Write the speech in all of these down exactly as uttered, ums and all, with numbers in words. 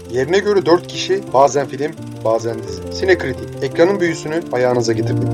Yerine göre dört kişi, bazen film, bazen dizi. Sinekritik, ekranın büyüsünü ayağınıza getirdik.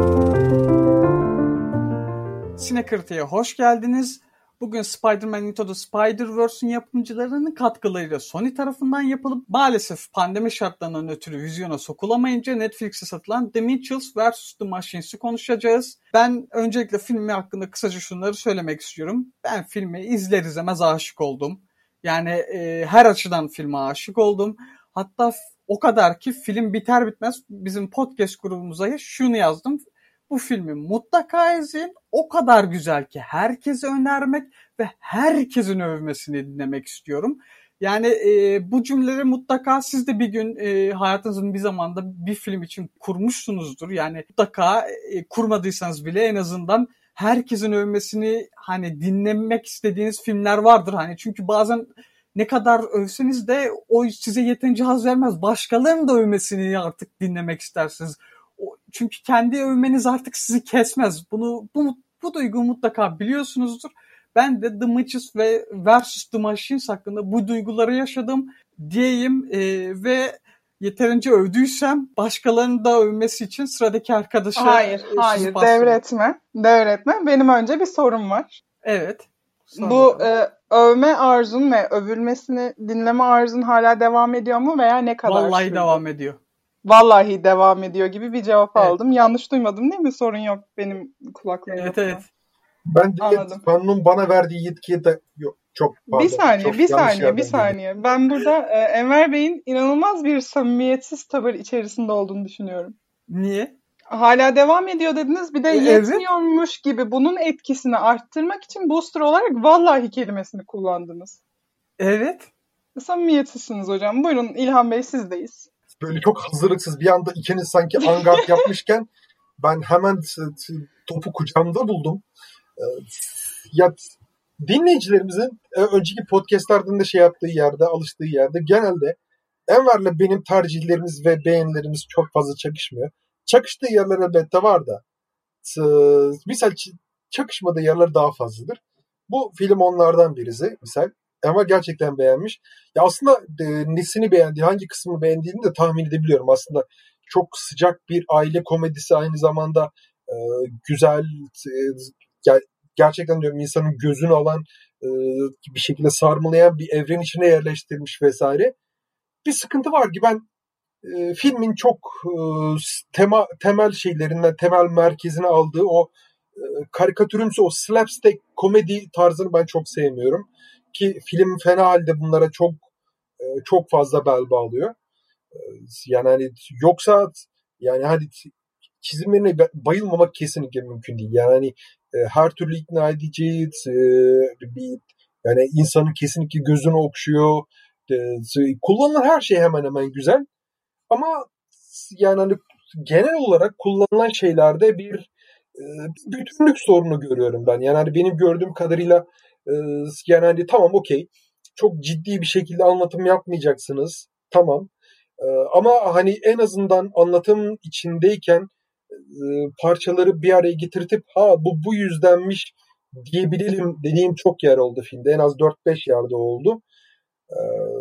Sinekritik'e hoş geldiniz. Bugün Spider-Man Into the Spider-Verse'ün yapımcılarının katkılarıyla Sony tarafından yapılıp maalesef pandemi şartlarından ötürü vizyona sokulamayınca Netflix'e satılan The Mitchells versus. The Machines'i konuşacağız. Ben öncelikle filmi hakkında kısaca şunları söylemek istiyorum. Ben filmi izler izlemez aşık oldum. Yani e, her açıdan filme aşık oldum. Hatta o kadar ki film biter bitmez bizim podcast grubumuza şunu yazdım. Bu filmi mutlaka izleyin. O kadar güzel ki herkese önermek ve herkesin övmesini dinlemek istiyorum. Yani e, bu cümleleri mutlaka siz de bir gün e, hayatınızın bir zamanda bir film için kurmuşsunuzdur. Yani mutlaka e, kurmadıysanız bile en azından herkesin övmesini hani dinlemek istediğiniz filmler vardır. Hani çünkü bazen ne kadar övseniz de o size yeterince haz vermez. Başkalarının da övmesini artık dinlemek istersiniz. Çünkü kendi övmeniz artık sizi kesmez. Bunu bu, bu duyguyu mutlaka biliyorsunuzdur. Ben de The Mitchells ve versus. The Machines hakkında bu duyguları yaşadım diyeyim e, ve yeterince övdüysem başkalarının da övmesi için sıradaki arkadaşa Hayır, e, hayır devretme. Devretme. Benim önce bir sorum var. Evet. Bu e, övme arzun ve övülmesini dinleme arzun hala devam ediyor mu veya ne kadar Vallahi sürdü? devam ediyor. Vallahi devam ediyor gibi bir cevap evet. aldım. Yanlış duymadım değil mi? Sorun yok benim kulaklarımda. Evet evet. Ben de Tanrı'nın bana verdiği yetkiye de yok. Çok pardon. Bir saniye, çok bir saniye, bir dedim. saniye. Ben burada e, Enver Bey'in inanılmaz bir samimiyetsiz tavır içerisinde olduğunu düşünüyorum. Niye? Hala devam ediyor dediniz. Bir de evet. yetmiyormuş gibi bunun etkisini arttırmak için booster olarak vallahi kelimesini kullandınız. Evet. Samimiyetsizsiniz hocam. Buyurun İlhan Bey sizdeyiz. Böyle çok hazırlıksız bir anda ikiniz sanki angard yapmışken ben hemen topu kucağımda buldum. Ya dinleyicilerimizin önceki podcastlardan da şey yaptığı yerde, alıştığı yerde genelde Enver'le benim tercihlerimiz ve beğenilerimiz çok fazla çakışmıyor. Çakıştığı yerler elbette var da misal çakışmadığı yerler daha fazladır. Bu film onlardan birisi. Misal Enver gerçekten beğenmiş. Ya aslında e, nesini beğendiği, hangi kısmını beğendiğini de tahmin edebiliyorum. Aslında çok sıcak bir aile komedisi, aynı zamanda e, güzel, e, gerçekten diyorum insanın gözünü alan, e, bir şekilde sarmalayan bir evren içine yerleştirmiş vesaire. Bir sıkıntı var ki ben e, filmin çok e, tema, temel şeylerinden, temel merkezine aldığı o e, karikatürümsü, o slapstick komedi tarzını ben çok sevmiyorum. Ki film fena halde bunlara çok e, çok fazla bel bağlıyor. E, yani hani yoksa yani hani çizimlerine bayılmamak kesinlikle mümkün değil. Yani hani e, her türlü ikna edici, e, bir, yani insanın kesinlikle gözünü okşuyor. E, kullanılan her şey hemen hemen güzel. Ama yani hani genel olarak kullanılan şeylerde bir e, bütünlük sorunu görüyorum ben. Yani hani benim gördüğüm kadarıyla e, yani hani tamam okey, çok ciddi bir şekilde anlatım yapmayacaksınız. Tamam. E, ama hani en azından anlatım içindeyken e, parçaları bir araya getirtip ha bu bu yüzdenmiş diyebilelim dediğim çok yer oldu filmde. En az dört beş yerde oldu. E,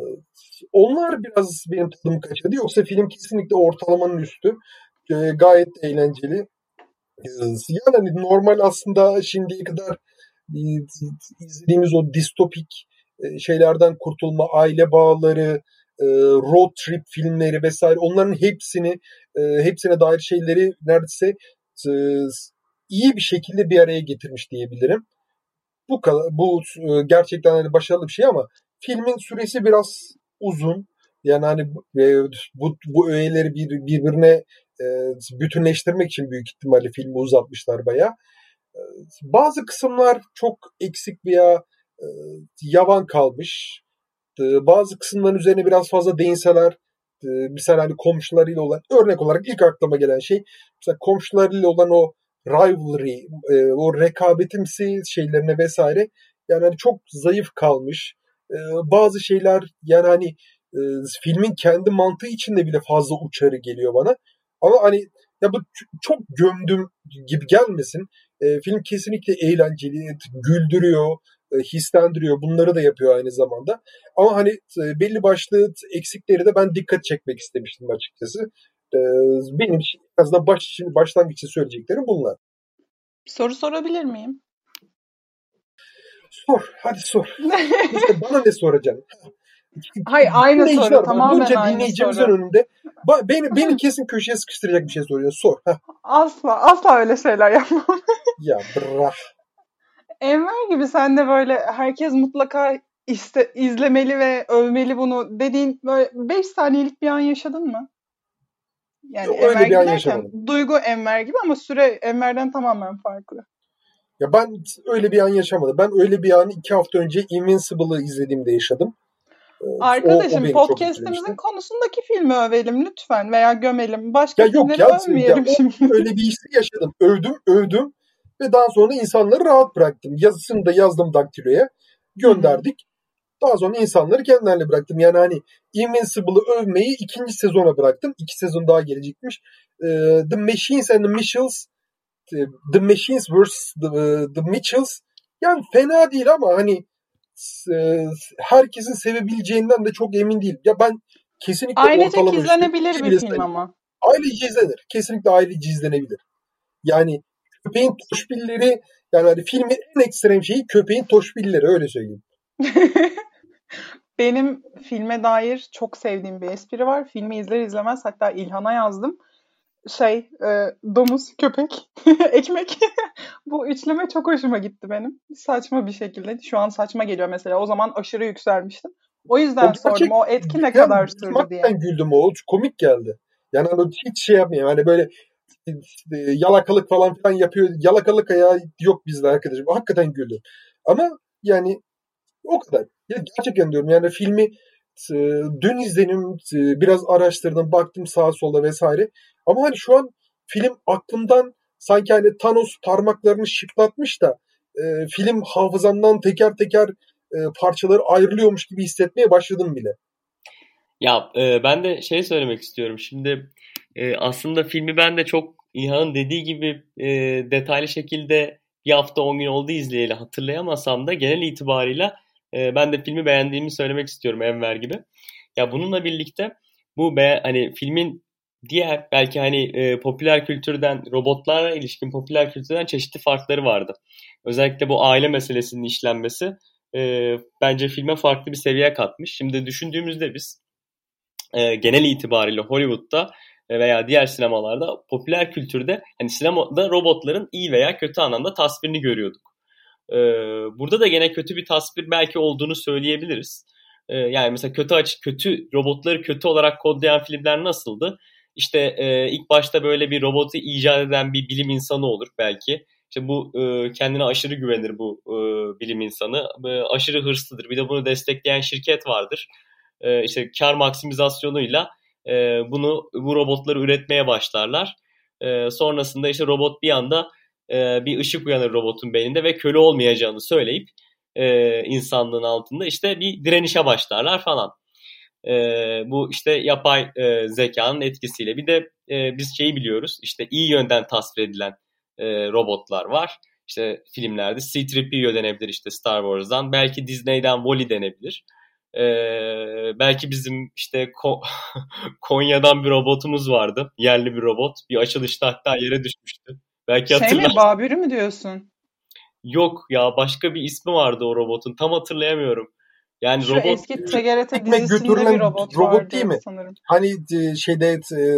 onlar biraz benim tadımı kaçırdı. Yoksa film kesinlikle ortalamanın üstü. E, gayet eğlenceli. E, yani hani normal aslında şimdiye kadar e, izlediğimiz o distopik e, şeylerden kurtulma, aile bağları, e, road trip filmleri vesaire, onların hepsini e, hepsine dair şeyleri neredeyse e, iyi bir şekilde bir araya getirmiş diyebilirim. Bu kadar, bu e, gerçekten hani başarılı bir şey ama filmin süresi biraz uzun. Yani hani e, bu bu öğeleri bir, birbirine e, bütünleştirmek için büyük ihtimalle filmi uzatmışlar bayağı. E, bazı kısımlar çok eksik veya e, yavan kalmış. E, bazı kısımların üzerine biraz fazla değinseler, e, mesela hani komşularıyla olan, örnek olarak ilk aklıma gelen şey, mesela komşularıyla olan o rivalry, e, o rekabetimsi şeylerine vesaire, yani hani çok zayıf kalmış. E, bazı şeyler yani hani e, filmin kendi mantığı içinde bile fazla uçarı geliyor bana. Ama hani ya bu çok gömdüm gibi gelmesin. E, film kesinlikle eğlenceli, güldürüyor. e, hislendiriyor. Bunları da yapıyor aynı zamanda. Ama hani e, belli başlı eksikleri de ben dikkat çekmek istemiştim açıkçası. E, benim en azından baş, başlangıç için söyleyeceklerim bunlar. Soru sorabilir miyim? Sor, hadi sor. İşte bana ne soracaksın? Hayır, aynı soru, tamamen bunca aynı dinleyicimizin soru. önünde beni, beni kesin köşeye sıkıştıracak bir şey soruyor. Sor. Asla, asla öyle şeyler yapmam. Ya bırak. Enver gibi sen de böyle herkes mutlaka iste, izlemeli ve övmeli bunu dediğin böyle beş saniyelik bir an yaşadın mı? Yani Yok, Enver öyle bir gibi an derken yaşamadım. duygu Enver gibi ama süre Enver'den tamamen farklı. Ya ben öyle bir an yaşamadım. Ben öyle bir anı iki hafta önce Invincible'ı izlediğimde yaşadım. Arkadaşım, o, o podcast'imizin konusundaki filmi övelim lütfen veya gömelim. Başka ya yok filmleri ya, övmeyelim ya şimdi. öyle bir hissi yaşadım. Övdüm, övdüm ve daha sonra insanları rahat bıraktım. Yazısını da yazdım daktiloya. Gönderdik. Daha sonra insanları kendilerine bıraktım. Yani hani Invincible'ı övmeyi ikinci sezona bıraktım. İki sezon daha gelecekmiş. The Machines and the Mitchells The Machines vs. The, the Mitchells yani fena değil ama hani herkesin sevebileceğinden de çok emin değilim. Ya ben kesinlikle ailecek ortalama izlenebilir bir film ama. Ailece izlenir. Kesinlikle ailece izlenebilir. Yani köpeğin toşbilleri, yani hani filmin en ekstrem şeyi köpeğin toşbilleri, öyle söyleyeyim. Benim filme dair çok sevdiğim bir espri var. Filmi izler izlemez hatta İlhan'a yazdım. Şey, e, domuz, köpek, ekmek. Bu üçleme çok hoşuma gitti benim. Saçma bir şekilde. Şu an saçma geliyor mesela. O zaman aşırı yükselmiştim. O yüzden o sordum o etki ne kadar sürdü diye. Ben güldüm, o komik geldi. Yani hani hiç şey yapmayayım. Hani böyle yalakalık falan filan yapıyor. Yalakalık ayağı yok bizde arkadaşım. Hakikaten güldüm. Ama yani o kadar. Ya gerçekten diyorum yani filmi dün izledim, biraz araştırdım, baktım sağa sola vesaire. Ama hani şu an film aklımdan sanki hani Thanos parmaklarını şıklatmış da e, film hafızamdan teker teker e, parçaları ayrılıyormuş gibi hissetmeye başladım bile. Ya e, ben de şey söylemek istiyorum. Şimdi e, aslında filmi ben de çok İlhan'ın dediği gibi e, detaylı şekilde bir hafta on gün oldu izleyeli hatırlayamasam da genel itibarıyla e, ben de filmi beğendiğimi söylemek istiyorum Enver gibi. Ya bununla birlikte bu be, hani filmin diğer belki hani e, popüler kültürden, robotlara ilişkin popüler kültürden çeşitli farkları vardı. Özellikle bu aile meselesinin işlenmesi e, bence filme farklı bir seviye katmış. Şimdi düşündüğümüzde biz e, genel itibariyle Hollywood'da veya diğer sinemalarda, popüler kültürde hani sinemada robotların iyi veya kötü anlamda tasvirini görüyorduk. E, burada da gene kötü bir tasvir belki olduğunu söyleyebiliriz. E, yani mesela kötü açık kötü robotları kötü olarak kodlayan filmler nasıldı? İşte e, ilk başta böyle bir robotu icat eden bir bilim insanı olur belki. İşte bu e, kendine aşırı güvenir bu e, bilim insanı. E, aşırı hırslıdır. Bir de bunu destekleyen şirket vardır. E, işte kar maksimizasyonuyla e, bunu bu robotları üretmeye başlarlar. E, sonrasında işte robot bir anda e, bir ışık uyanır robotun beyninde ve köle olmayacağını söyleyip e, insanlığın altında işte bir direnişe başlarlar falan. E, bu işte yapay e, zekanın etkisiyle. Bir de e, biz şeyi biliyoruz, işte iyi yönden tasvir edilen e, robotlar var. İşte filmlerde C üç P O denebilir, işte Star Wars'dan. Belki Disney'den Wall-E denebilir. Ee, belki bizim işte Ko- Konya'dan bir robotumuz vardı. Yerli bir robot. Bir açılışta hatta yere düşmüştü. Belki şey hatırlarsın. mi, Babür'ü mü diyorsun? Yok ya, başka bir ismi vardı o robotun. Tam hatırlayamıyorum. Yani Şu robot eski T G R T ekmek dizisinde götürülen bir robot, robot vardı değil mi? sanırım. Hani şeyde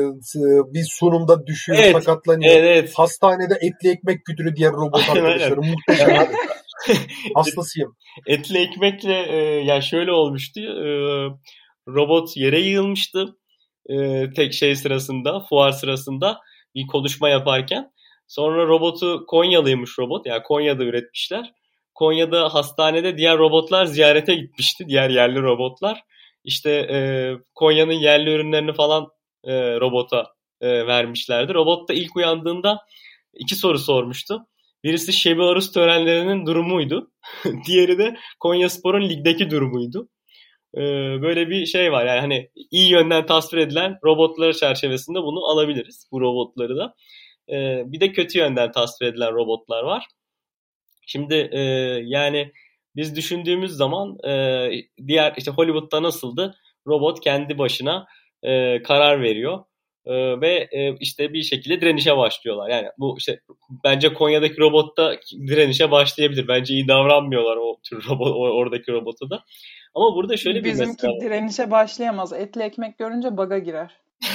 bir sunumda düşüyor, evet, sakatlanıyor. Evet, evet. Hastanede etli ekmek götürü diğer robot arkadaşlarım. Muhteşem abi. Hastasıyım. Etli ekmekle e, yani şöyle olmuştu. E, robot yere yığılmıştı. E, tek şey sırasında, fuar sırasında bir konuşma yaparken. Sonra robotu Konyalıymış robot. Yani Konya'da üretmişler. Konya'da hastanede diğer robotlar ziyarete gitmişti. Diğer yerli robotlar. İşte e, Konya'nın yerli ürünlerini falan e, robota e, vermişlerdi. Robot da ilk uyandığında iki soru sormuştu. Birisi Şebi Arus törenlerinin durumuydu. Diğeri de Konyaspor'un ligdeki durumuydu. Ee, böyle bir şey var. Yani hani iyi yönden tasvir edilen robotlar çerçevesinde bunu alabiliriz. Bu robotları da. Ee, bir de kötü yönden tasvir edilen robotlar var. Şimdi e, yani Biz düşündüğümüz zaman e, diğer işte Hollywood'da nasıldı? Robot kendi başına e, karar veriyor e, ve e, işte bir şekilde direnişe başlıyorlar. Yani bu işte bence Konya'daki robotta direnişe başlayabilir. Bence iyi davranmıyorlar o tür robot, oradaki robota da. Ama burada şöyle bir Bizimki mesele var. direnişe başlayamaz. Etli ekmek görünce baga girer.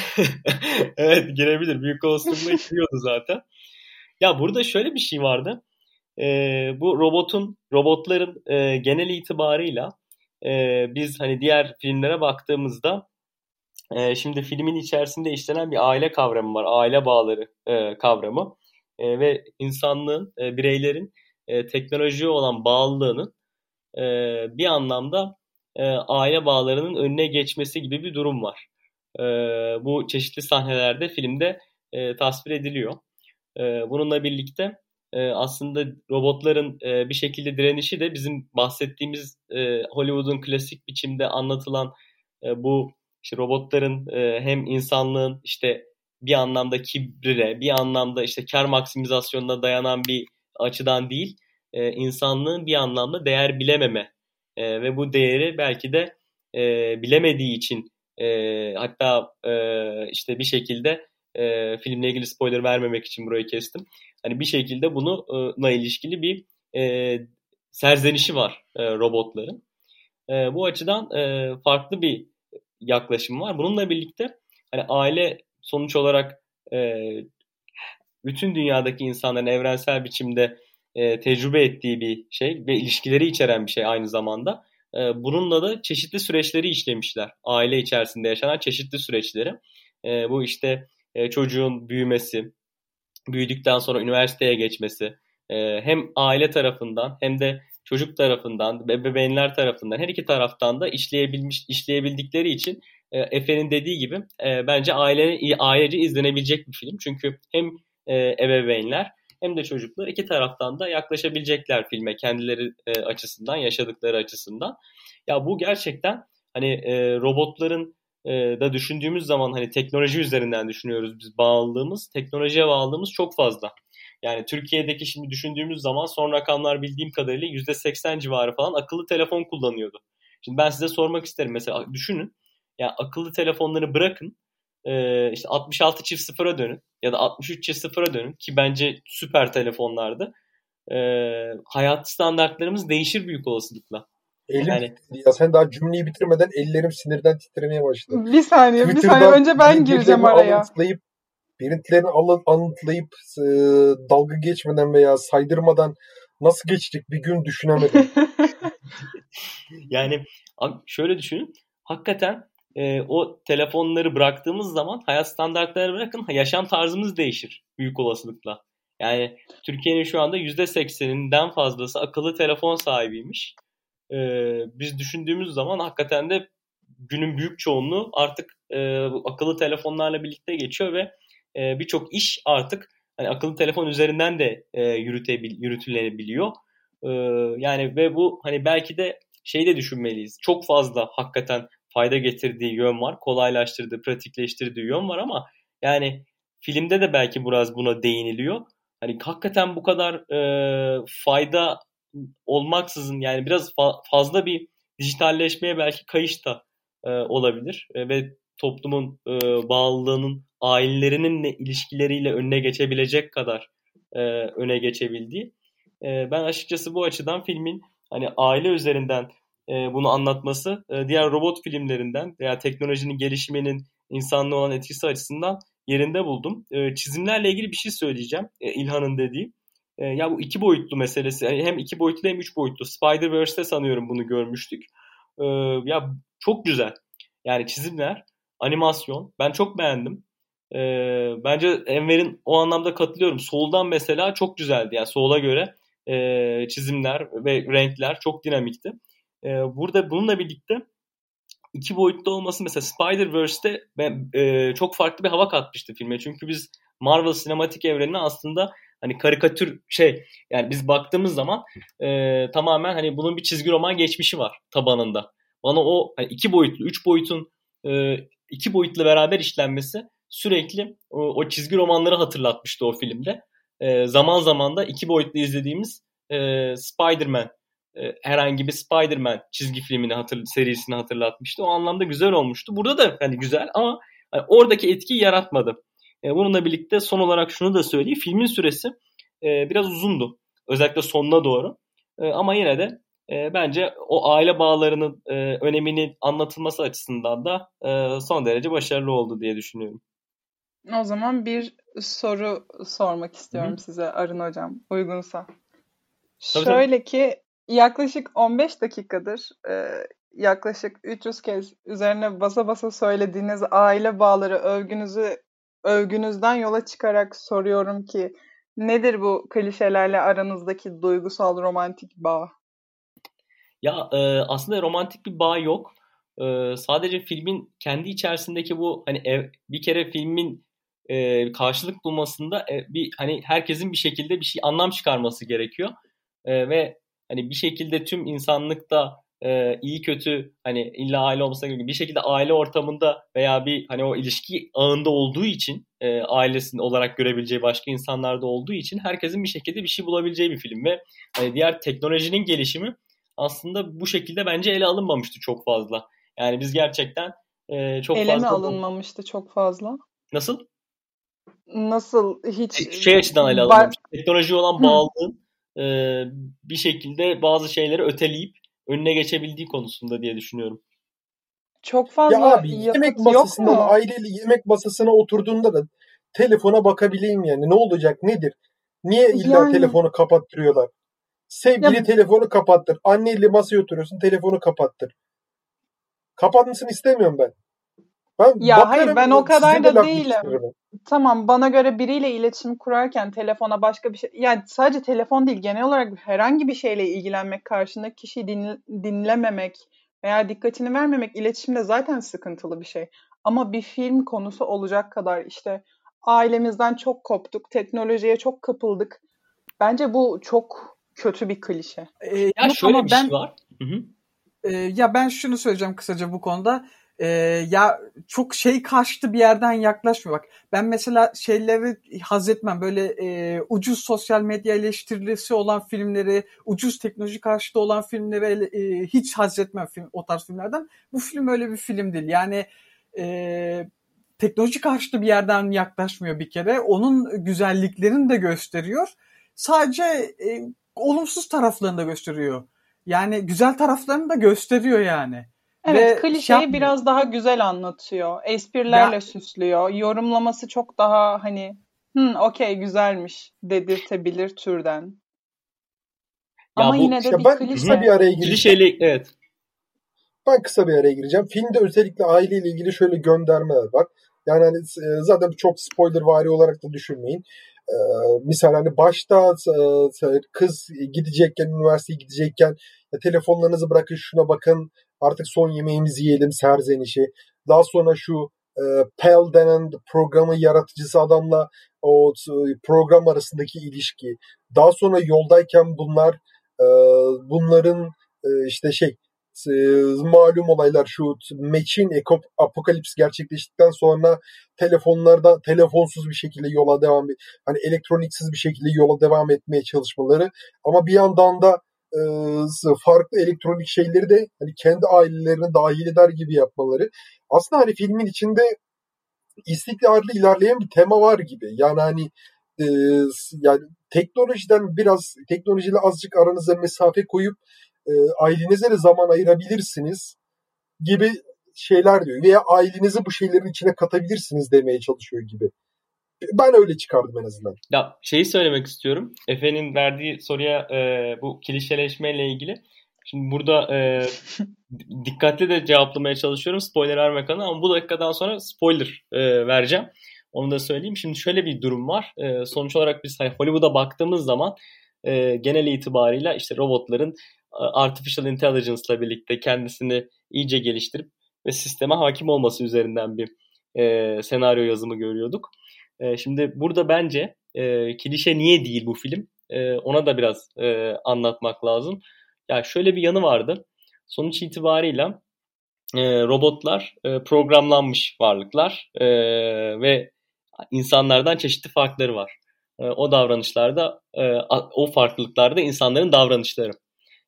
Evet, girebilir. Büyük olasılıkla giriyordu zaten. Ya burada şöyle bir şey vardı. Ee, bu robotun, robotların e, genel itibarıyla e, biz hani diğer filmlere baktığımızda e, şimdi filmin içerisinde işlenen bir aile kavramı var. Aile bağları e, kavramı. E, ve insanlığın, e, bireylerin e, teknolojiye olan bağlılığının e, bir anlamda e, aile bağlarının önüne geçmesi gibi bir durum var. E, bu çeşitli sahnelerde filmde e, tasvir ediliyor. E, bununla birlikte e, aslında robotların e, bir şekilde direnişi de bizim bahsettiğimiz e, Hollywood'un klasik biçimde anlatılan e, bu işte robotların e, hem insanlığın işte bir anlamda kibrine, bir anlamda işte kar maksimizasyonuna dayanan bir açıdan değil, e, insanlığın bir anlamda değer bilememe e, ve bu değeri belki de e, bilemediği için e, hatta e, işte bir şekilde e, filmle ilgili spoiler vermemek için burayı kestim. Hani bir şekilde bununla ilişkili bir e, serzenişi var e, robotların. E, bu açıdan e, farklı bir yaklaşım var. Bununla birlikte hani aile sonuç olarak e, bütün dünyadaki insanların evrensel biçimde e, tecrübe ettiği bir şey ve ilişkileri içeren bir şey aynı zamanda. E, bununla da çeşitli süreçleri işlemişler. Aile içerisinde yaşanan çeşitli süreçleri. E, bu işte e, çocuğun büyümesi, büyüdükten sonra üniversiteye geçmesi, e, hem aile tarafından hem de çocuk tarafından, ebeveynler tarafından her iki taraftan da işleyebilmiş, işleyebildikleri için e, Efe'nin dediği gibi e, bence aile, ailece izlenebilecek bir film. Çünkü hem e, ebeveynler hem de çocuklar iki taraftan da yaklaşabilecekler filme kendileri e, açısından, yaşadıkları açısından. Ya bu gerçekten hani e, robotların e, da düşündüğümüz zaman hani teknoloji üzerinden düşünüyoruz biz bağlılığımız, teknolojiye bağlılığımız çok fazla. Yani Türkiye'deki şimdi düşündüğümüz zaman son rakamlar bildiğim kadarıyla yüzde seksen civarı falan akıllı telefon kullanıyordu. Şimdi ben size sormak isterim mesela düşünün. Yani akıllı telefonları bırakın. E, işte altmış altı çift sıfıra dönün ya da altmış üç çift sıfıra dönün ki bence süper telefonlardı. E, hayat standartlarımız değişir büyük olasılıkla. Elim Yani ya sen daha cümleyi bitirmeden ellerim sinirden titremeye başladı. Bir saniye, bir saniye. Önce ben gireceğim araya. Alıntılayıp, birintilerini alın, alıntılayıp e, dalga geçmeden veya saydırmadan nasıl geçecek bir gün düşünemedim. Yani şöyle düşünün. Hakikaten e, o telefonları bıraktığımız zaman hayat standartları bırakın yaşam tarzımız değişir büyük olasılıkla. Yani Türkiye'nin şu anda yüzde sekseninden fazlası akıllı telefon sahibiymiş. E, biz düşündüğümüz zaman hakikaten de günün büyük çoğunluğu artık e, akıllı telefonlarla birlikte geçiyor ve e, birçok iş artık hani akıllı telefon üzerinden de e, yürütebil, yürütülebiliyor. E, yani ve bu hani belki de şey de düşünmeliyiz. Çok fazla hakikaten fayda getirdiği yön var. Kolaylaştırdığı, pratikleştirdiği yön var ama yani filmde de belki biraz buna değiniliyor. Hani hakikaten bu kadar e, fayda olmaksızın yani biraz fa- fazla bir dijitalleşmeye belki kayış da e, olabilir. E, ve toplumun e, bağlılığının ailelerinin ilişkileriyle önüne geçebilecek kadar e, öne geçebildiği. E, ben açıkçası bu açıdan filmin hani aile üzerinden e, bunu anlatması e, diğer robot filmlerinden veya teknolojinin gelişiminin insanlığa olan etkisi açısından yerinde buldum. E, çizimlerle ilgili bir şey söyleyeceğim. E, İlhan'ın dediği. E, ya bu iki boyutlu meselesi. Yani hem iki boyutlu hem üç boyutlu. Spider-Verse'te sanıyorum bunu görmüştük. E, ya çok güzel. Yani çizimler, animasyon. Ben çok beğendim. E, bence Enver'in o anlamda katılıyorum. Soul'dan mesela çok güzeldi. Yani Soul'a göre e, çizimler ve renkler çok dinamikti. E, burada bununla birlikte iki boyutlu olması mesela Spider-Verse'te ben, e, çok farklı bir hava katmıştı filme. Çünkü biz Marvel sinematik evrenine aslında hani karikatür şey yani biz baktığımız zaman e, tamamen hani bunun bir çizgi roman geçmişi var tabanında. Bana o hani iki boyutlu, üç boyutun e, iki boyutla beraber işlenmesi sürekli o, o çizgi romanları hatırlatmıştı o filmde. E, zaman zaman da iki boyutlu izlediğimiz e, Spider-Man e, herhangi bir Spider-Man çizgi filmini hatır, serisini hatırlatmıştı. O anlamda güzel olmuştu. Burada da hani güzel ama hani oradaki etkiyi yaratmadı. E, bununla birlikte son olarak şunu da söyleyeyim. Filmin süresi e, biraz uzundu. Özellikle sonuna doğru. E, ama yine de e, bence o aile bağlarının e, önemini anlatılması açısından da e, son derece başarılı oldu diye düşünüyorum. O zaman bir soru sormak istiyorum Hı-hı. size Arın Hocam, uygunsa. Tabii, Şöyle tabii. ki yaklaşık on beş dakikadır e, yaklaşık üç yüz kez üzerine basa basa söylediğiniz aile bağları övgünüzü övgünüzden yola çıkarak soruyorum ki nedir bu klişelerle aranızdaki duygusal romantik bağ? Ya e, aslında romantik bir bağ yok. E, sadece filmin kendi içerisindeki bu hani ev, bir kere filmin e, karşılık bulmasında e, bir hani herkesin bir şekilde bir şey anlam çıkarması gerekiyor. E, ve hani bir şekilde tüm insanlıkta e, iyi kötü hani illa aile olmasına gerek yok. Bir şekilde aile ortamında veya bir hani o ilişki ağında olduğu için e, ailesini olarak görebileceği başka insanlarda olduğu için herkesin bir şekilde bir şey bulabileceği bir film ve hani diğer teknolojinin gelişimi aslında bu şekilde bence ele alınmamıştı çok fazla. Yani biz gerçekten e, çok Ele mi fazla... alınmamıştı çok fazla? Nasıl? Nasıl hiç... Şey açıdan ele Ba- alınmamıştı. Teknoloji olan Hı. bağlılığın e, bir şekilde bazı şeyleri öteleyip önüne geçebildiği konusunda diye düşünüyorum. Çok Ya fazla abi yemek yapıt yok masasından mu? aileyle yemek masasına oturduğunda da telefona bakabileyim yani. Ne olacak nedir? Niye illa Yani telefonu kapattırıyorlar? Sevgili ya, telefonu kapattır. Anneyle masaya oturuyorsun telefonu kapattır. Kapatmasını istemiyorum ben. Ben ya hayır ben o bakarım size kadar de da laf değilim. yetiştiririm. Tamam, bana göre biriyle iletişim kurarken telefona başka bir şey, yani sadece telefon değil, genel olarak herhangi bir şeyle ilgilenmek, karşındaki kişiyi din, dinlememek veya dikkatini vermemek iletişimde zaten sıkıntılı bir şey. Ama bir film konusu olacak kadar işte ailemizden çok koptuk, teknolojiye çok kapıldık. Bence bu çok kötü bir klişe. Ee, Ya yok şöyle ama bir şey ben var. Hı hı. e, ya ben şunu söyleyeceğim kısaca bu konuda. Ee, ya çok şey kaçtı bir yerden yaklaşmıyor. Bak ben mesela şeyleri haz etmem. Böyle e, ucuz sosyal medya eleştirilisi olan filmleri, ucuz teknoloji karşıtı olan filmleri e, hiç haz etmem film, o tarz filmlerden. Bu film öyle bir film değil. Yani e, teknoloji karşıtı bir yerden yaklaşmıyor bir kere. Onun güzelliklerini de gösteriyor. Sadece e, olumsuz taraflarını da gösteriyor. Yani güzel taraflarını da gösteriyor yani. Evet, Ve şey klişeyi yapmıyor. biraz daha güzel anlatıyor. Ya, Esprilerle süslüyor. Yorumlaması çok daha hani hı, okey güzelmiş dedirtebilir türden. Ama Ya bu yine de İşte bir ben kısa klişe. bir araya gireceğim. klişeli evet. Ben kısa bir araya gireceğim. Filmde özellikle aileyle ilgili şöyle göndermeler var. Yani hani e, zaten çok spoilervari olarak da düşünmeyin. Ee, misal hani başta e, kız gidecekken, üniversiteye gidecekken ya telefonlarınızı bırakın şuna bakın artık son yemeğimizi yiyelim serzenişi. Daha sonra şu e, Pell denen programın yaratıcısı adamla o e, program arasındaki ilişki. Daha sonra yoldayken bunlar e, bunların e, işte şey e, malum olaylar şu Meçin apokalips gerçekleştikten sonra telefonlarda telefonsuz bir şekilde yola devam et, hani elektroniksiz bir şekilde yola devam etmeye çalışmaları ama bir yandan da e, farklı elektronik şeyleri de hani kendi ailelerine dahil eder gibi yapmaları. Aslında hani filmin içinde istikrarlı ilerleyen bir tema var gibi. Yani hani e, yani teknolojiden biraz teknolojiyle azıcık aranıza mesafe koyup e, ailenize de zaman ayırabilirsiniz gibi şeyler diyor. Veya ailenizi bu şeylerin içine katabilirsiniz demeye çalışıyor gibi. Ben öyle çıkardım en azından. Ya şeyi söylemek istiyorum. Efe'nin verdiği soruya e, bu klişeleşmeyle ilgili. Şimdi burada e, dikkatli de cevaplamaya çalışıyorum spoiler vermek adına ama bu dakikadan sonra spoiler e, vereceğim. Onu da söyleyeyim. Şimdi şöyle bir durum var. E, sonuç olarak biz hani Hollywood'a baktığımız zaman e, genel itibarıyla işte robotların artificial intelligence ile birlikte kendisini iyice geliştirip ve sisteme hakim olması üzerinden bir e, senaryo yazımı görüyorduk. E, şimdi burada bence e, klişe niye değil bu film? E, ona da biraz e, anlatmak lazım. Ya şöyle bir yanı vardı. Sonuç itibarıyla e, robotlar e, programlanmış varlıklar e, ve insanlardan çeşitli farkları var. E, o davranışlarda, e, o farklılıklarda insanların davranışları.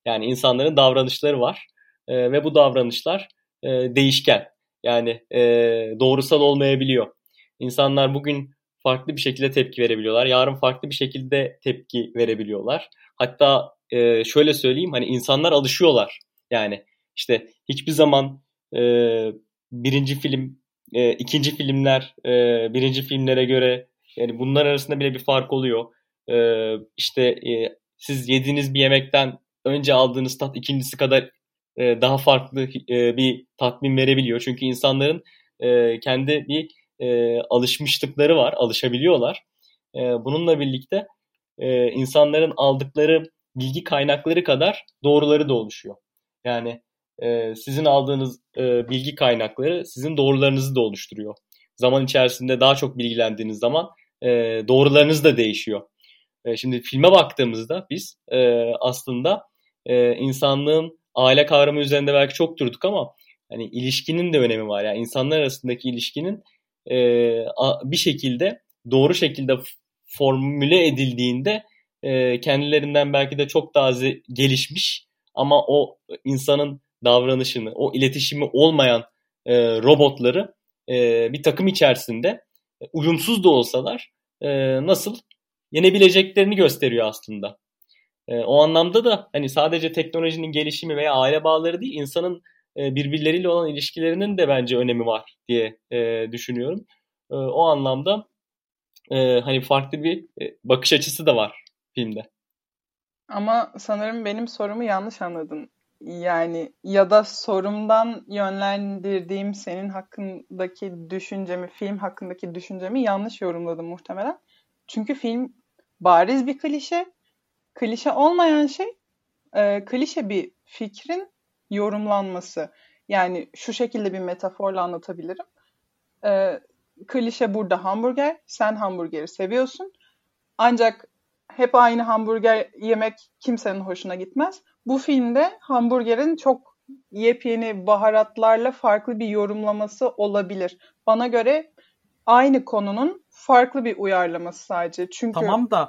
Yani insanların davranışları var e, ve bu davranışlar e, değişken. Yani e, doğrusal olmayabiliyor. İnsanlar bugün farklı bir şekilde tepki verebiliyorlar. Yarın farklı bir şekilde tepki verebiliyorlar. Hatta e, şöyle söyleyeyim, hani insanlar alışıyorlar. Yani işte hiçbir zaman e, birinci film, e, ikinci filmler, e, birinci filmlere göre, yani bunlar arasında bile bir fark oluyor. E, işte e, siz yediğiniz bir yemekten önce aldığınız tat ikincisi kadar e, daha farklı e, bir tatmin verebiliyor. Çünkü insanların e, kendi bir e, alışmışlıkları var, alışabiliyorlar. E, bununla birlikte e, insanların aldıkları bilgi kaynakları kadar doğruları da oluşuyor. Yani e, sizin aldığınız e, bilgi kaynakları sizin doğrularınızı da oluşturuyor. Zaman içerisinde daha çok bilgilendiğiniz zaman e, doğrularınız da değişiyor. E, şimdi filme baktığımızda biz e, aslında e, insanlığın aile kavramı üzerinde belki çok durduk ama hani ilişkinin de önemi var. Yani insanlar arasındaki ilişkinin e, a, bir şekilde doğru şekilde formüle edildiğinde e, kendilerinden belki de çok daha ze- gelişmiş ama o insanın davranışını, o iletişimi olmayan e, robotları e, bir takım içerisinde uyumsuz da olsalar e, nasıl yenebileceklerini gösteriyor aslında. E, o anlamda da hani sadece teknolojinin gelişimi veya aile bağları değil, insanın e, birbirleriyle olan ilişkilerinin de bence önemi var diye e, düşünüyorum. E, o anlamda e, hani farklı bir e, bakış açısı da var filmde. Ama sanırım benim sorumu yanlış anladın. Yani ya da sorumdan yönlendirdiğim senin hakkındaki düşüncemi, film hakkındaki düşüncemi yanlış yorumladım muhtemelen. Çünkü film bariz bir klişe. Klişe olmayan şey, e, klişe bir fikrin yorumlanması. Yani şu şekilde bir metaforla anlatabilirim. E, klişe burada hamburger. Sen hamburgeri seviyorsun. Ancak hep aynı hamburger yemek kimsenin hoşuna gitmez. Bu filmde hamburgerin çok yepyeni baharatlarla farklı bir yorumlaması olabilir. Bana göre aynı konunun farklı bir uyarlaması sadece. Çünkü Tamam da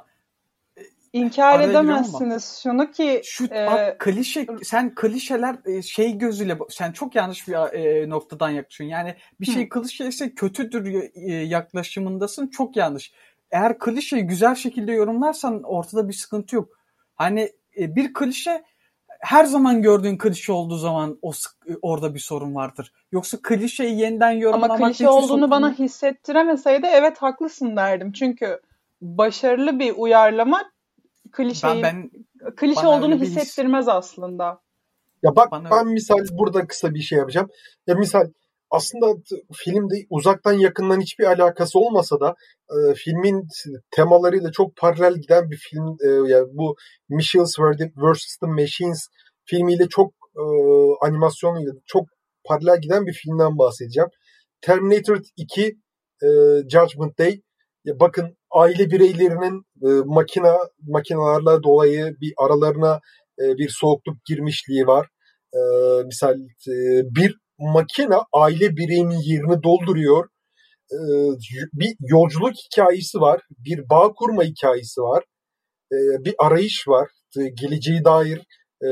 inkar araya giriyorum ama edemezsiniz şunu ki şu e, bak klişe sen klişeler e, şey gözüyle sen çok yanlış bir e, noktadan yaklaşıyorsun. Yani bir şey hı. klişeyse kötüdür e, yaklaşımındasın. Çok yanlış. Eğer klişeyi güzel şekilde yorumlarsan ortada bir sıkıntı yok. Hani e, bir klişe her zaman gördüğün klişe olduğu zaman o orada bir sorun vardır. Yoksa klişeyi yeniden Ama yorumlamak klişe hiçbir olduğunu sorun bana yok. hissettiremeseydi evet haklısın derdim. Çünkü başarılı bir uyarlama Ben klişeyin ben klişe bana olduğunu öyle bir his hissettirmez aslında. Ya bak bana ben misal burada kısa bir şey yapacağım. Ya misal aslında t- filmde uzaktan yakından hiçbir alakası olmasa da e, filmin temalarıyla çok paralel giden bir film. E, yani bu Machines versus. The Machines filmiyle çok e, animasyonuyla çok paralel giden bir filmden bahsedeceğim. Terminator iki e, Judgment Day. Ya bakın aile bireylerinin e, makina makinalarla dolayı bir aralarına e, bir soğukluk girmişliği var. E, misal e, bir makine aile bireyinin yerini dolduruyor. E, bir yolculuk hikayesi var. Bir bağ kurma hikayesi var. E, bir arayış var. E, geleceğe dair e,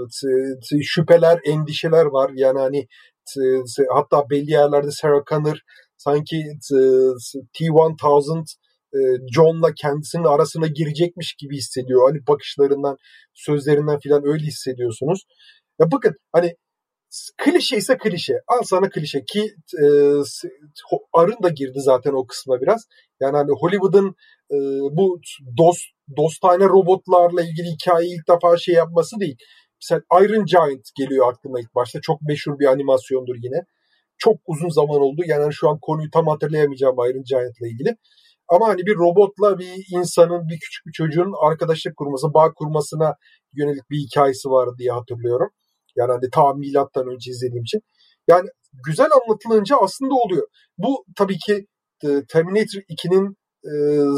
t- şüpheler, endişeler var. Yani hani t- t- hatta belli yerlerde Sarah Connor sanki T bin e, John'la kendisinin arasına girecekmiş gibi hissediyor. Hani bakışlarından, sözlerinden filan öyle hissediyorsunuz. Ya bakın hani klişe ise klişe. Al sana klişe ki e, Arın da girdi zaten o kısma biraz. Yani hani Hollywood'un e, bu dost dostane robotlarla ilgili hikayeyi ilk defa şey yapması değil. Mesela Iron Giant geliyor aklıma ilk başta. Çok meşhur bir animasyondur yine. Çok uzun zaman oldu. Yani şu an konuyu tam hatırlayamayacağım Iron Giant'la ilgili. Ama hani bir robotla bir insanın, bir küçük bir çocuğun arkadaşlık kurması, bağ kurmasına yönelik bir hikayesi vardı diye hatırlıyorum. Yani hani ta milattan önce izlediğim için. Yani güzel anlatılınca aslında oluyor. Bu tabii ki Terminator ikinin e,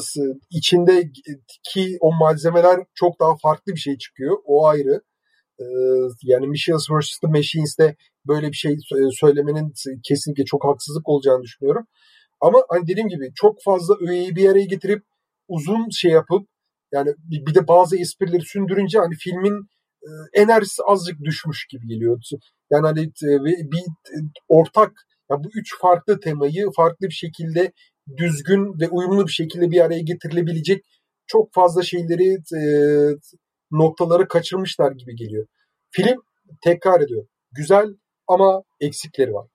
içindeki o malzemeler çok daha farklı bir şey çıkıyor. O ayrı. E, yani Machines versus. The Machines'te böyle bir şey söylemenin kesinlikle çok haksızlık olacağını düşünüyorum. Ama hani dediğim gibi çok fazla öğeyi bir araya getirip uzun şey yapıp yani bir de bazı esprileri sündürünce hani filmin enerjisi azıcık düşmüş gibi geliyor. Yani hani bir ortak, ya bu üç farklı temayı farklı bir şekilde düzgün ve uyumlu bir şekilde bir araya getirilebilecek çok fazla şeyleri, e, noktaları kaçırmışlar gibi geliyor. Film, tekrar ediyor, güzel ama eksikleri var.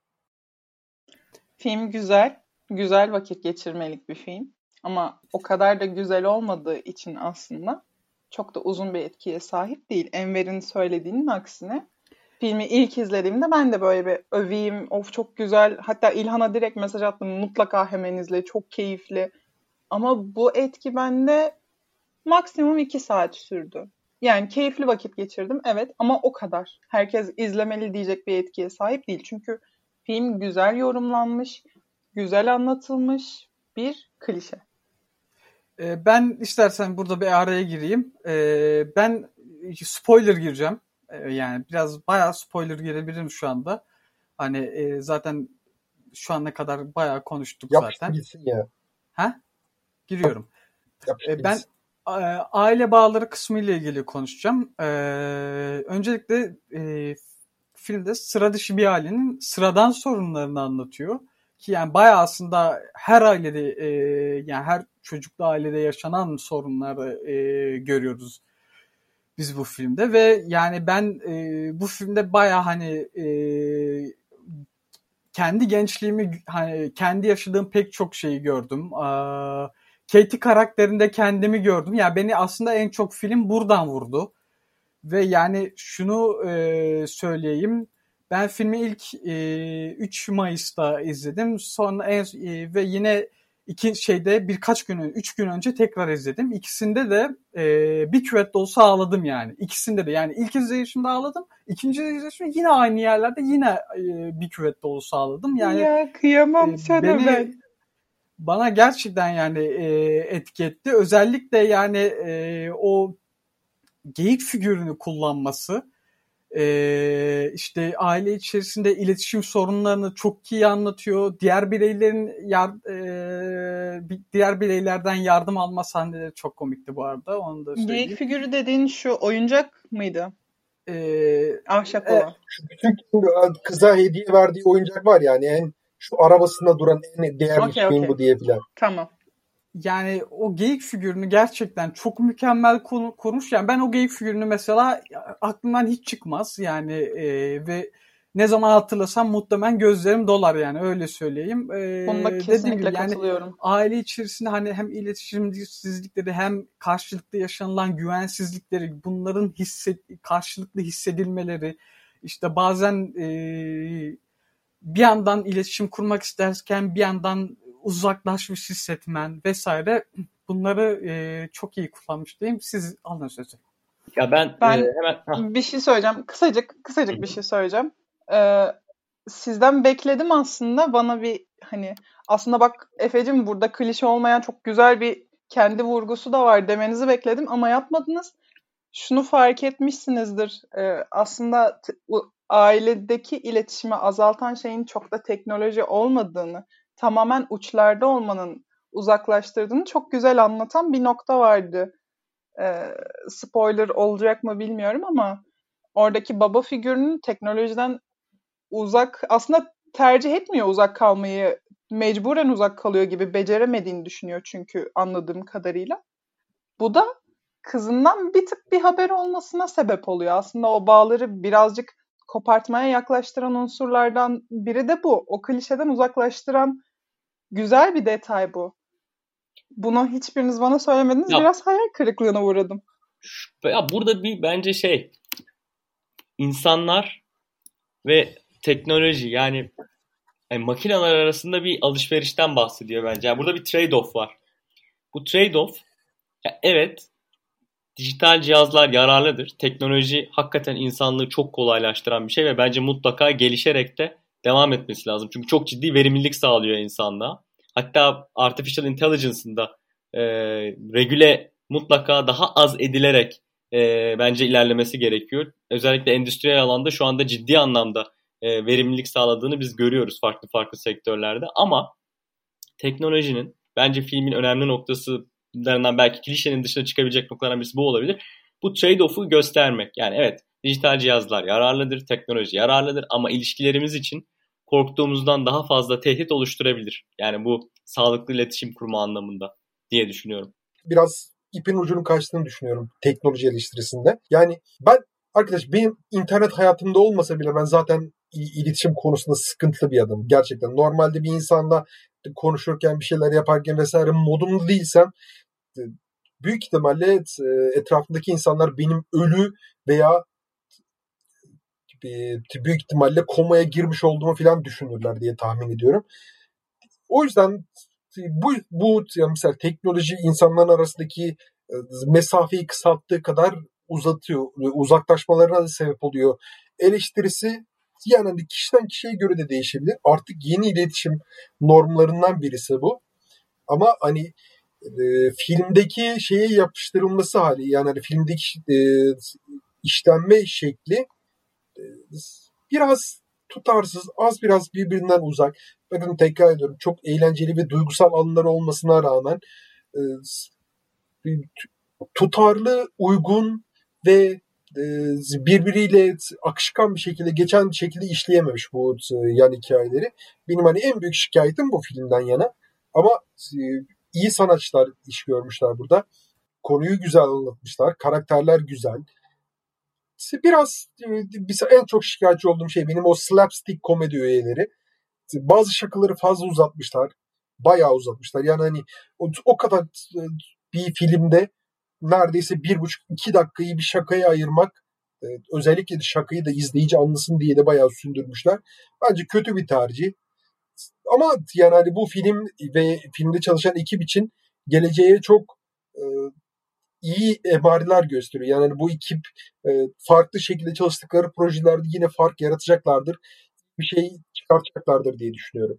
Film güzel. Güzel vakit geçirmelik bir film. Ama o kadar da güzel olmadığı için aslında çok da uzun bir etkiye sahip değil. Enver'in söylediğinin aksine. Filmi ilk izlediğimde ben de böyle bir öveyim, of çok güzel. Hatta İlhan'a direkt mesaj attım, mutlaka hemen izle, çok keyifli. Ama bu etki bende maksimum iki saat sürdü. Yani keyifli vakit geçirdim, evet, ama o kadar. Herkes izlemeli diyecek bir etkiye sahip değil. Çünkü film güzel yorumlanmış, güzel anlatılmış bir klişe. Ben istersen burada bir araya gireyim. Ben spoiler gireceğim. Yani biraz bayağı spoiler girebilirim şu anda. Hani zaten şu ana kadar bayağı konuştuk Yapıştır zaten. gitsin ya. Ha? Giriyorum. Yapıştır Ben gitsin. aile bağları kısmı ile ilgili konuşacağım. Öncelikle filmde sıra dışı bir ailenin sıradan sorunlarını anlatıyor. Ki yani bayağı aslında her ailede, yani her çocuklu ailede yaşanan sorunları görüyoruz biz bu filmde ve yani ben bu filmde bayağı hani kendi gençliğimi, hani kendi yaşadığım pek çok şeyi gördüm. Katie karakterinde kendimi gördüm. Yani beni aslında en çok film buradan vurdu. Ve yani şunu e, söyleyeyim. Ben filmi ilk e, üç Mayıs'ta izledim. Sonra en, e, ve yine iki şeyde birkaç gün, üç gün önce tekrar izledim. İkisinde de e, bir küvet dolusu ağladım yani. İkisinde de yani ilk izleyişimde ağladım. İkinci izleyişimde yine aynı yerlerde yine e, bir küvet dolusu ağladım. Yani ya kıyamam e, sana beni, ben. Bana gerçekten yani e, etki etti. Özellikle yani e, o geyik figürünü kullanması, e, işte aile içerisinde iletişim sorunlarını çok iyi anlatıyor. Diğer bireylerin yar, e, diğer bireylerden yardım alma sahneleri çok komikti bu arada. Onu da söyleyeyim. Geyik figürü dediğin şu oyuncak mıydı? Ee, Ahşap e, olan. Şu bütün kıza hediye verdiği oyuncak var yani, en şu arabasında duran en değerli Okay, şeyin okay. bu diye filan. Tamam. Yani o geyik figürünü gerçekten çok mükemmel kurmuş. Yani ben o geyik figürünü mesela aklımdan hiç çıkmaz. Yani e, ve ne zaman hatırlasam muhtemelen gözlerim dolar yani, öyle söyleyeyim. E, Bunda kesinlikle gibi, yani katılıyorum. aile içerisinde hani hem iletişimsizlikleri hem karşılıklı yaşanılan güvensizlikleri, bunların hisset, karşılıklı hissedilmeleri, işte bazen e, bir yandan iletişim kurmak isterken bir yandan uzaklaşmış hissetmen vesaire, bunları e, çok iyi kullanmış diyeyim. Siz alın sözü. Ya ben, ben e, hemen hah. bir şey söyleyeceğim. Kısacık kısacık bir şey söyleyeceğim. Ee, sizden bekledim aslında, bana bir hani aslında bak Efe'cim, burada klişe olmayan çok güzel bir kendi vurgusu da var demenizi bekledim ama yapmadınız. Şunu fark etmişsinizdir. Ee, aslında t- o ailedeki iletişimi azaltan şeyin çok da teknoloji olmadığını, tamamen uçlarda olmanın uzaklaştırdığını çok güzel anlatan bir nokta vardı. Ee, spoiler olacak mı bilmiyorum ama oradaki baba figürünün teknolojiden uzak, aslında tercih etmiyor uzak kalmayı, mecburen uzak kalıyor gibi, beceremediğini düşünüyor çünkü anladığım kadarıyla. Bu da kızından bir tık bir haber olmasına sebep oluyor. Aslında o bağları birazcık kopartmaya yaklaştıran unsurlardan biri de bu. O klişeden uzaklaştıran güzel bir detay bu. Bunu hiçbiriniz bana söylemediniz. Ya, biraz hayal kırıklığına uğradım. Ya burada bir bence şey, insanlar ve teknoloji, yani, yani makineler arasında bir alışverişten bahsediyor bence. Yani burada bir trade-off var. Bu trade-off, ya evet, dijital cihazlar yararlıdır. Teknoloji hakikaten insanlığı çok kolaylaştıran bir şey ve bence mutlaka gelişerek de devam etmesi lazım. Çünkü çok ciddi verimlilik sağlıyor insanlığa. Hatta artificial intelligence'ın da e, regüle mutlaka daha az edilerek e, bence ilerlemesi gerekiyor. Özellikle endüstriyel alanda şu anda ciddi anlamda e, verimlilik sağladığını biz görüyoruz farklı farklı sektörlerde. Ama teknolojinin bence filmin önemli noktasılarından, belki klişenin dışına çıkabilecek noktalardan birisi bu olabilir. bu trade-off'u göstermek. Yani evet, dijital cihazlar yararlıdır, teknoloji yararlıdır ama ilişkilerimiz için korktuğumuzdan daha fazla tehdit oluşturabilir. Yani bu sağlıklı iletişim kurma anlamında diye düşünüyorum. Biraz ipin ucunun kaçtığını düşünüyorum teknoloji eleştirisinde. Yani ben arkadaş benim internet hayatımda olmasa bile ben zaten iletişim konusunda sıkıntılı bir adamım. Gerçekten normalde bir insanla konuşurken bir şeyler yaparken vesaire modumda değilsem büyük ihtimalle etrafındaki insanlar benim ölü veya büyük ihtimalle komaya girmiş olduğumu falan düşünürler diye tahmin ediyorum. O yüzden bu, bu yani mesela teknoloji insanların arasındaki mesafeyi kısalttığı kadar uzatıyor, uzaklaşmalarına da sebep oluyor. Eleştirisi yani kişiden kişiye göre de değişebilir. Artık yeni iletişim normlarından birisi bu. Ama hani e, filmdeki şeye yapıştırılması hali, yani hani filmdeki e, işlenme şekli e, biraz tutarsız, az biraz birbirinden uzak. Bakın tekrar ediyorum, çok eğlenceli ve duygusal anları olmasına rağmen e, tutarlı, uygun ve e, birbiriyle akışkan bir şekilde, geçen bir şekilde işleyememiş bu e, yan hikayeleri. Benim hani en büyük şikayetim bu filmden yana. Ama e, iyi sanatçılar iş görmüşler burada. Konuyu güzel anlatmışlar. Karakterler güzel. Biraz e, en çok şikayetçi olduğum şey benim o slapstick komedi üyeleri. Bazı şakaları fazla uzatmışlar. Bayağı uzatmışlar. Yani hani o, o kadar e, bir filmde neredeyse bir buçuk iki dakikayı bir şakaya ayırmak, e, özellikle de şakayı da izleyici anlasın diye de bayağı sündürmüşler. Bence kötü bir tercih. Ama yani hani bu film ve filmde çalışan ekip için geleceğe çok e, iyi emareler gösteriyor. Yani hani bu ekip e, farklı şekilde çalıştıkları projelerde yine fark yaratacaklardır. Bir şey çıkartacaklardır diye düşünüyorum.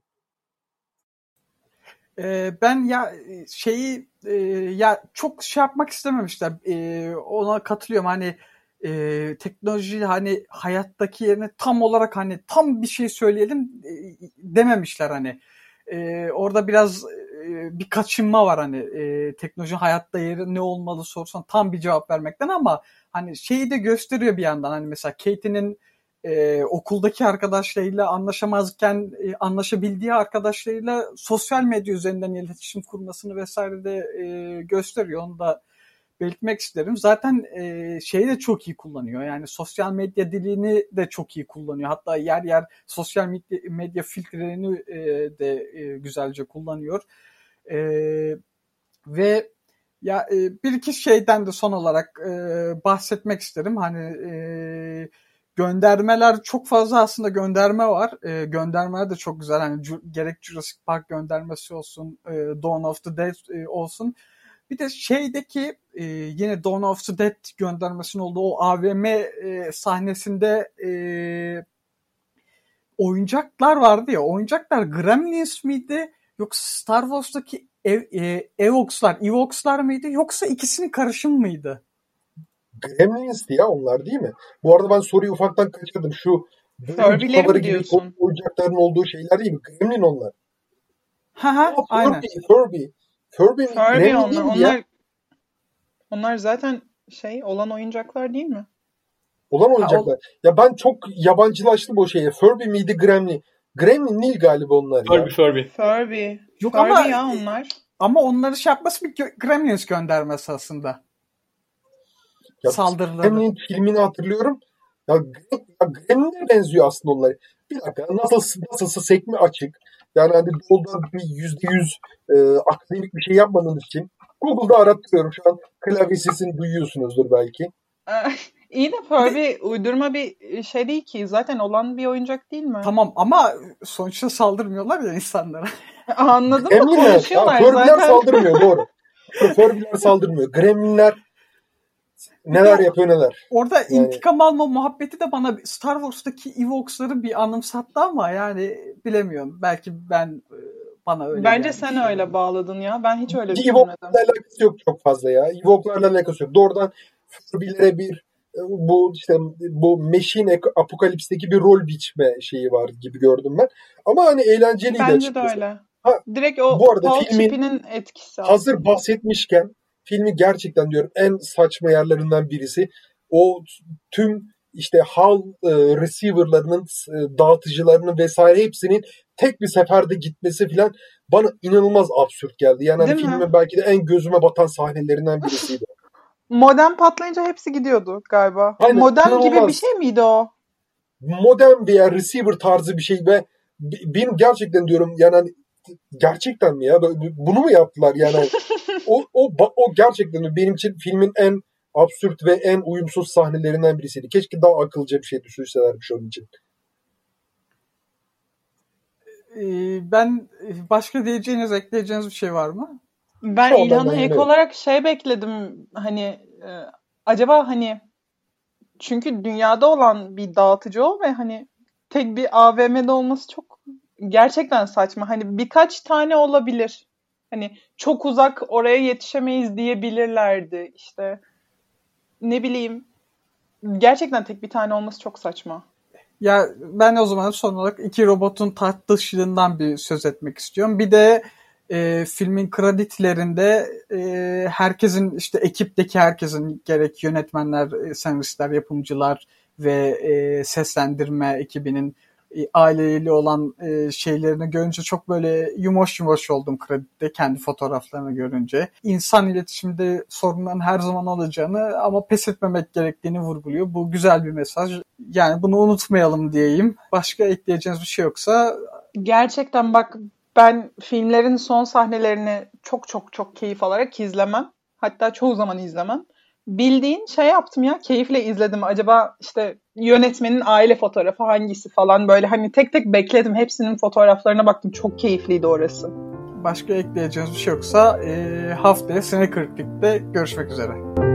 Ee, ben ya şeyi e, ya çok şey yapmak istememişler. Ee, ona katılıyorum. Hani e, teknoloji hani hayattaki yerine tam olarak hani tam bir şey söyleyelim e, dememişler hani. E, orada biraz e, bir kaçınma var hani e, teknoloji hayatta yeri ne olmalı sorsan tam bir cevap vermekten, ama hani şeyi de gösteriyor bir yandan. Hani mesela Katie'nin Ee, okuldaki arkadaşlarıyla anlaşamazken e, anlaşabildiği arkadaşlarıyla sosyal medya üzerinden iletişim kurmasını vesaire de e, gösteriyor. Onu da belirtmek isterim. Zaten e, şeyi de çok iyi kullanıyor. Yani sosyal medya dilini de çok iyi kullanıyor. Hatta yer yer sosyal medya, medya filtrelerini e, de e, güzelce kullanıyor. E, ve ya e, bir iki şeyden de son olarak e, bahsetmek isterim. Hani e, göndermeler çok fazla, aslında gönderme var. E, göndermeler de çok güzel. Hani cu- gerek Jurassic Park göndermesi olsun, e, Dawn of the Dead e, olsun. Bir de şeydeki e, yine Dawn of the Dead göndermesinin olduğu o A V M e, sahnesinde e, oyuncaklar vardı ya. Oyuncaklar Gremlins miydi? Yoksa Star Wars'taki ev, e, Evox'lar, Evox'lar mıydı? Yoksa ikisinin karışımı mıydı? Gremlins'ti ya onlar, değil mi? Bu arada ben soruyu ufaktan kaçırdım. Şu Furby'leri mi diyorsun? Oyuncakların olduğu şeyler değil mi? Gremlin onlar. Ha ha, aynen. Furby, Furby. Furby, Furby onlar. değil Onlar, ya. onlar zaten şey olan oyuncaklar değil mi? Olan oyuncaklar. Ha, o... Ya ben çok yabancılaştım o şeye. Furby miydi, Gremlin? Gremlin değil galiba onlar ya. Furby, Furby. Furby. Yok Furby ama ya onlar. Ama onları şey yapması bir Gremlins göndermesi aslında. Ya, saldırıları. Gremlin filmini hatırlıyorum. Ya, ya Gremlin'e benziyor aslında onlar. Bir dakika, nasıl nasılsa sekme açık. Yani hani dolda bir yüzde yüz e, akademik bir şey yapmadığınız için Google'da aratıyorum şu an. Klavye sesini duyuyorsunuzdur belki. İyi de Furby uydurma bir şey değil ki. Zaten olan bir oyuncak değil mi? Tamam ama sonuçta saldırmıyorlar ya insanlara. Anladım da Gremlinler, konuşuyorlar ya, Furby'ler zaten. saldırmıyor, doğru. Furby'ler saldırmıyor. Gremlinler neler yapıyor neler. Orada yani... intikam alma muhabbeti de bana Star Wars'taki Evox'ları bir anımsattı ama yani bilemiyorum. Belki ben bana öyle Bence sen öyle bağladın ya. Ben hiç öyle düşünmedim. Evox'larla alakası yok çok fazla ya. Evox'larla alakası yok. Doğrudan Furby'lere bir bu işte bu Machine Apocalypse'deki bir rol biçme şeyi var gibi gördüm ben. Ama hani eğlenceliydi Bence açıkçası. de öyle. Ha, Direkt o bu arada Paul filmin Chip'inin etkisi hazır aslında. bahsetmişken filmi gerçekten diyorum en saçma yerlerinden birisi. O tüm işte hal e, receiver'larının, e, dağıtıcılarının vesaire hepsinin tek bir seferde gitmesi falan bana inanılmaz absürt geldi. Yani hani filmin belki de en gözüme batan sahnelerinden birisiydi. Modem patlayınca hepsi gidiyordu galiba. Aynen, modem inanılmaz. gibi bir şey miydi o? Modem veya receiver tarzı bir şey ve benim gerçekten diyorum yani hani, gerçekten mi ya? Bunu mu yaptılar yani? o, o, o gerçekten benim için filmin en absürt ve en uyumsuz sahnelerinden birisiydi. Keşke daha akıllıca bir şey düşünselermiş onun için. Ben başka diyeceğiniz, ekleyeceğiniz bir şey var mı? Ben Şu İlhan'a ek olarak şey bekledim. Hani e, acaba hani çünkü dünyada olan bir dağıtıcı o ve hani tek bir A V M'de olması çok gerçekten saçma. Hani birkaç tane olabilir. Hani çok uzak oraya yetişemeyiz diyebilirlerdi. İşte ne bileyim gerçekten tek bir tane olması çok saçma. Ya ben o zaman son olarak iki robotun tartışılığından bir söz etmek istiyorum. Bir de e, filmin kreditlerinde e, herkesin işte ekipteki herkesin gerek yönetmenler, senaristler, yapımcılar ve e, seslendirme ekibinin e, aileyle olan e, şeylerini görünce çok böyle yumoş yumoş oldum kredide kendi fotoğraflarını görünce. İnsan iletişimde sorunların her zaman olacağını ama pes etmemek gerektiğini vurguluyor. Bu güzel bir mesaj. Yani bunu unutmayalım diyeyim. Başka ekleyeceğiniz bir şey yoksa... Gerçekten bak ben filmlerin son sahnelerini çok çok çok keyif alarak izlemem. Hatta çoğu zaman izlemem. Bildiğin şey yaptım ya, keyifle izledim. Acaba işte yönetmenin aile fotoğrafı hangisi falan böyle hani tek tek bekledim. Hepsinin fotoğraflarına baktım. Çok keyifliydi orası. Başka ekleyeceğiniz bir şey yoksa e, haftaya Sine kırk birde görüşmek üzere.